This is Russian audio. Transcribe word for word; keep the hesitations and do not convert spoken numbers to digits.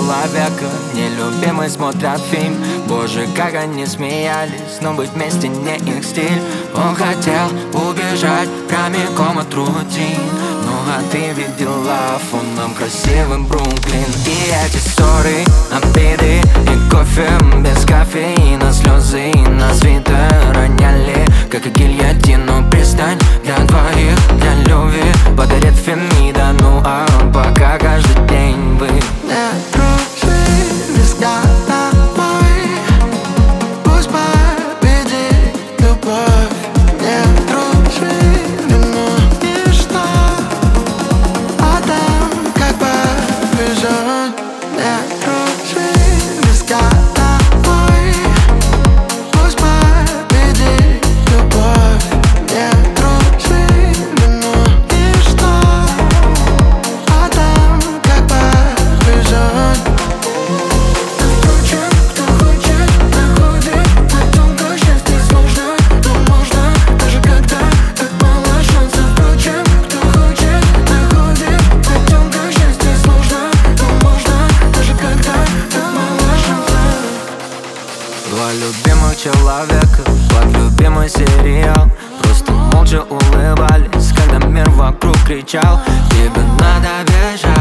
человека нелюбимый смотрят фильм. Боже, как они смеялись, но быть вместе не их стиль. Он хотел убежать прямиком от рутин, ну а ты видела фоном красивым Бруклин. И эти ссоры, обиды и кофе без кофеина, слезы на свитер роняли, как и гильотину. Пристань для двоих, для любви подарит Фемида. Ну а пока каждый день вы не дружи без головой, пусть победит любовь. Не дружи, но ничто, а там как повезет. Не дружи без головой, пусть победит любовь. Не дружи, но ничто, а там как повезет. Впрочем, кто хочет, находит. О том, как счастье сложно, но можно, даже когда так мало шансов. Впрочем, кто хочет, находит. О том, как счастье сложно, но можно, даже когда так мало шансов. два любимых человека под любимый сериал просто молча улыбались, когда мир вокруг кричал: тебе надо бежать.